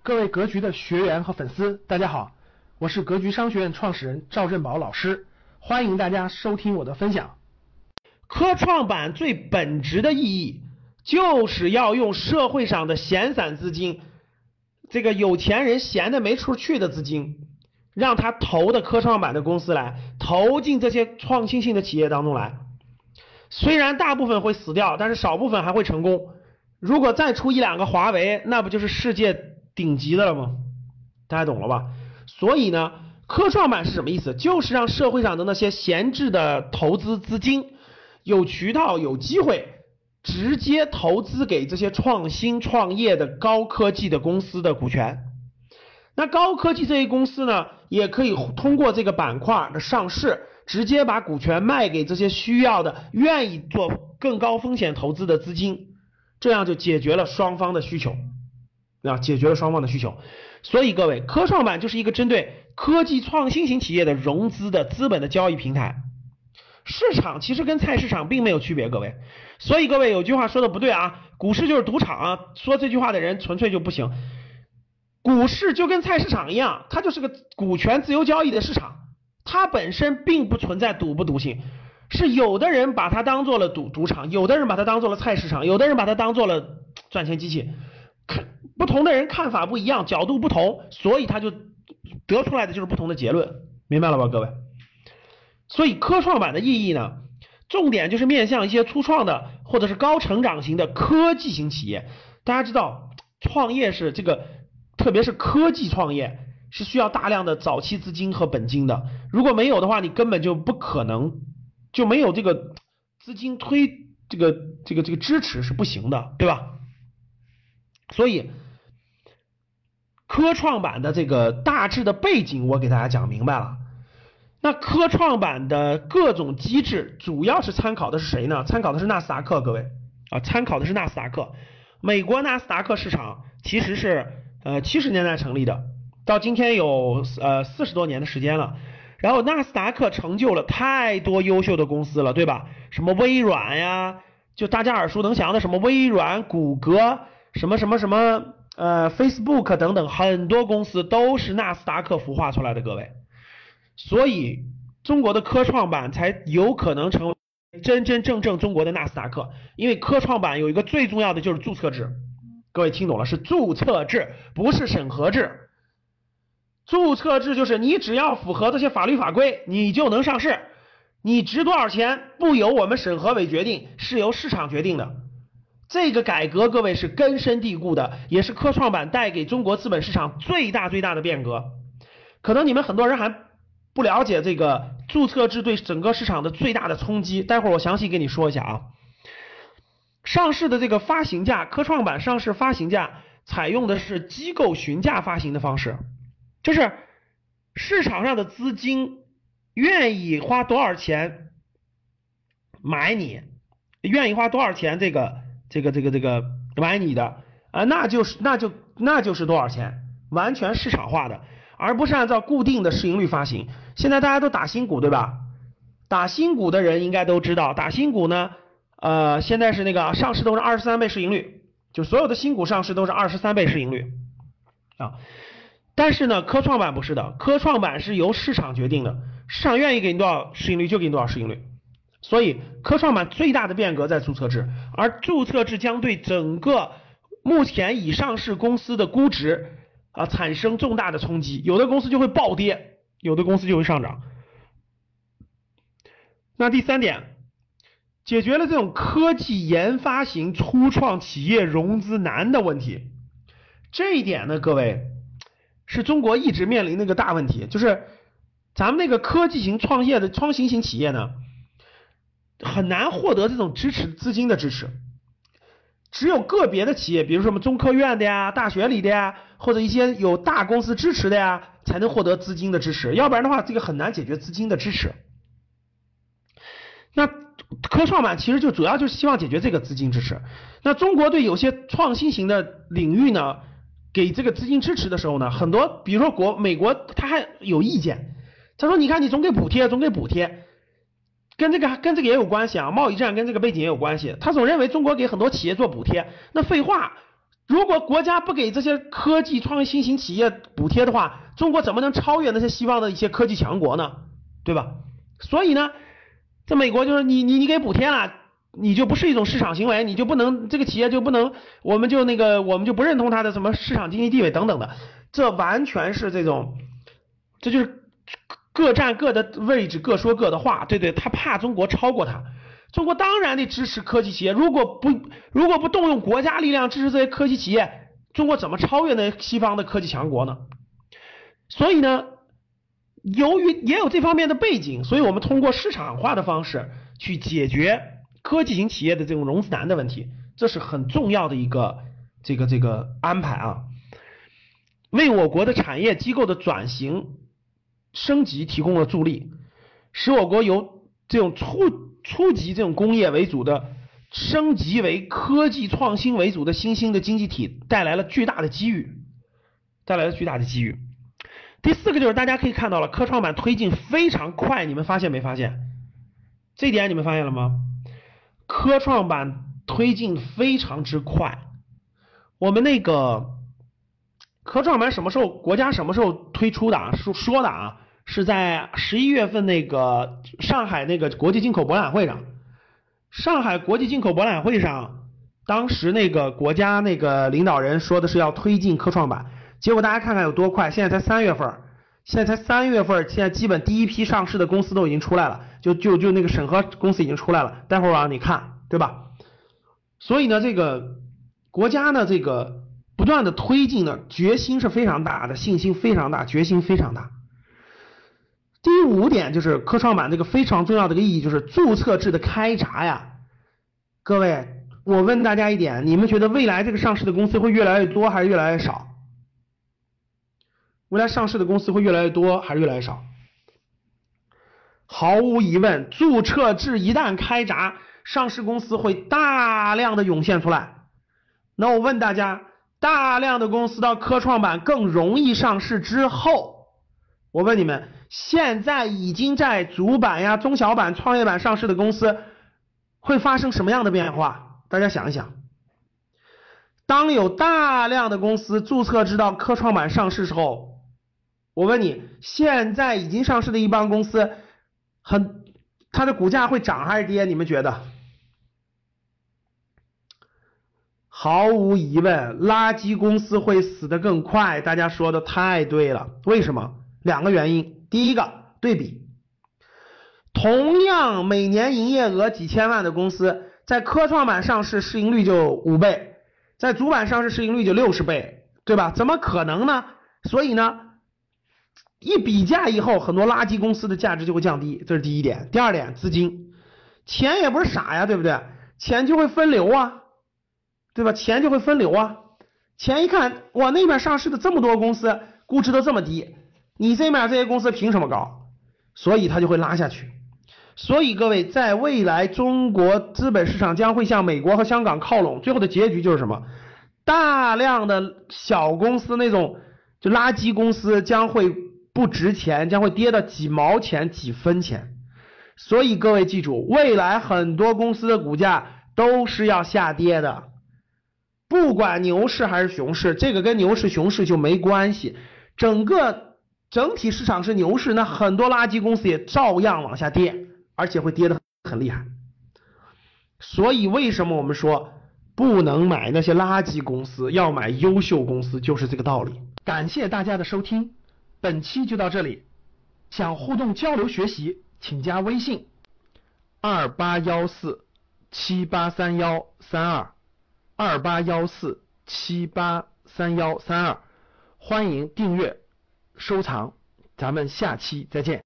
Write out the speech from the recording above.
各位格局的学员和粉丝，大家好，我是格局商学院创始人赵振宝老师，欢迎大家收听我的分享。科创板最本质的意义，就是要用社会上的闲散资金，这个有钱人闲的没处去的资金，让他投的科创板的公司来，投进这些创新性的企业当中来。虽然大部分会死掉，但是少部分还会成功。如果再出一两个华为，那不就是世界顶级的了吗？大家懂了吧？所以呢，科创板是什么意思？就是让社会上的那些闲置的投资资金有渠道有机会直接投资给这些创新创业的高科技的公司的股权。那高科技这些公司呢，也可以通过这个板块的上市，直接把股权卖给这些需要的愿意做更高风险投资的资金，这样就解决了双方的需求。所以各位，科创板就是一个针对科技创新型企业的融资的资本的交易平台。市场其实跟菜市场并没有区别，各位。所以各位有句话说的不对啊，股市就是赌场啊，说这句话的人纯粹就不行。股市就跟菜市场一样，它就是个股权自由交易的市场，它本身并不存在赌不赌性，是有的人把它当做了赌场，有的人把它当做了菜市场，有的人把它当做了赚钱机器。不同的人看法不一样，角度不同，所以他就得出来的就是不同的结论，明白了吧各位？所以科创板的意义呢，重点就是面向一些初创的或者是高成长型的科技型企业。大家知道创业是这个，特别是科技创业是需要大量的早期资金和本金的，如果没有的话，你根本就不可能，就没有这个资金推这个支持是不行的，对吧？所以科创板的这个大致的背景我给大家讲明白了。那科创板的各种机制主要是参考的是谁呢？参考的是纳斯达克，各位啊，参考的是纳斯达克。美国纳斯达克市场其实是70年代成立的，到今天有40多年的时间了。然后纳斯达克成就了太多优秀的公司了，对吧？什么微软呀，就大家耳熟能详的什么微软、谷歌，什么Facebook 等等，很多公司都是纳斯达克孵化出来的，各位。所以中国的科创板才有可能成为真正中国的纳斯达克，因为科创板有一个最重要的就是注册制。各位听懂了，是注册制，不是审核制。注册制就是你只要符合这些法律法规，你就能上市，你值多少钱不由我们审核委决定，是由市场决定的。这个改革各位是根深蒂固的，也是科创板带给中国资本市场最大的变革。可能你们很多人还不了解这个注册制对整个市场的最大的冲击，待会儿我详细跟你说一下啊。上市的这个发行价，科创板上市发行价采用的是机构询价发行的方式，就是市场上的资金愿意花多少钱买你，愿意花多少钱这个买你的啊，那就是多少钱，完全市场化的，而不是按照固定的市盈率发行。现在大家都打新股，对吧？打新股的人应该都知道，打新股呢现在是那个上市都是23倍市盈率，就所有的新股上市都是23倍市盈率啊。但是呢，科创板不是的，科创板是由市场决定的，市场愿意给你多少市盈率就给你多少市盈率。所以科创板最大的变革在注册制，而注册制将对整个目前已上市公司的估值产生重大的冲击，有的公司就会暴跌，有的公司就会上涨。那第三点，解决了这种科技研发型初创企业融资难的问题。这一点呢，各位是中国一直面临的一个大问题，就是咱们那个科技型创业的创新型企业呢，很难获得这种资金的支持。只有个别的企业，比如说什么中科院的呀、大学里的呀，或者一些有大公司支持的呀，才能获得资金的支持，要不然的话这个很难解决资金的支持。那科创板其实就主要就是希望解决这个资金支持。那中国对有些创新型的领域呢，给这个资金支持的时候呢，很多比如说美国他还有意见，他说你看你总给补贴，跟这个也有关系啊，贸易战跟这个背景也有关系。他总认为中国给很多企业做补贴，那废话， 如果国家不给这些科技创新型企业补贴的话，中国怎么能超越那些西方的一些科技强国呢？对吧？所以呢，在美国就是你给补贴了，你就不是一种市场行为，你就不能这个企业就不能，我们就不认同它的什么市场经济地位等等的，这完全是这就是各占各的位置，各说各的话，对，他怕中国超过他。中国当然得支持科技企业，如果不动用国家力量支持这些科技企业，中国怎么超越那西方的科技强国呢？所以呢，由于也有这方面的背景，所以我们通过市场化的方式去解决科技型企业的这种融资难的问题，这是很重要的一个这个安排啊，为我国的产业机构的转型升级提供了助力，使我国由这种初级这种工业为主的升级为科技创新为主的新兴的经济体带来了巨大的机遇，第四个就是大家可以看到了，科创板推进非常快，你们发现没发现？这点你们发现了吗？科创板推进非常之快。我们那个科创板国家什么时候推出的啊？说的啊，是在11月份那个上海那个国际进口博览会上。上海国际进口博览会上，当时那个国家那个领导人说的是要推进科创板，结果大家看看有多快，现在才3月份，现在基本第一批上市的公司都已经出来了，就那个审核公司已经出来了，待会儿我让你看，对吧？所以呢，这个国家呢这个不断的推进的决心是非常大的，信心非常大，决心非常大。第5点就是科创板这个非常重要的一个意义，就是注册制的开闸呀。各位，我问大家一点，你们觉得未来这个上市的公司会越来越多还是越来越少？未来上市的公司会越来越多还是越来越少？毫无疑问，注册制一旦开闸，上市公司会大量的涌现出来。那我问大家，大量的公司到科创板更容易上市之后，我问你们，现在已经在主板呀、中小板、创业板上市的公司会发生什么样的变化？大家想一想。当有大量的公司注册制到科创板上市时候，我问你，现在已经上市的一帮公司它的股价会涨还是跌？你们觉得？毫无疑问，垃圾公司会死得更快，大家说的太对了。为什么？2个原因。第一个，对比，同样每年营业额几千万的公司，在科创板上市市盈率就5倍，在主板上市市盈率就60倍，对吧？怎么可能呢？所以呢，一比价以后，很多垃圾公司的价值就会降低，这是第一点。第二点，资金，钱也不是傻呀，对不对？钱就会分流啊，对吧？钱就会分流啊。钱一看，哇，那边上市的这么多公司，估值都这么低，你这边这些公司凭什么高？所以它就会拉下去。所以各位，在未来中国资本市场将会向美国和香港靠拢，最后的结局就是什么？大量的小公司，那种就垃圾公司将会不值钱，将会跌到几毛钱、几分钱。所以各位记住，未来很多公司的股价都是要下跌的，不管牛市还是熊市，这个跟牛市熊市就没关系。整体市场是牛市，那很多垃圾公司也照样往下跌，而且会跌得很厉害。所以为什么我们说不能买那些垃圾公司，要买优秀公司，就是这个道理。感谢大家的收听，本期就到这里。想互动交流学习，请加微信2814783132，2814783132，欢迎订阅收藏，咱们下期再见。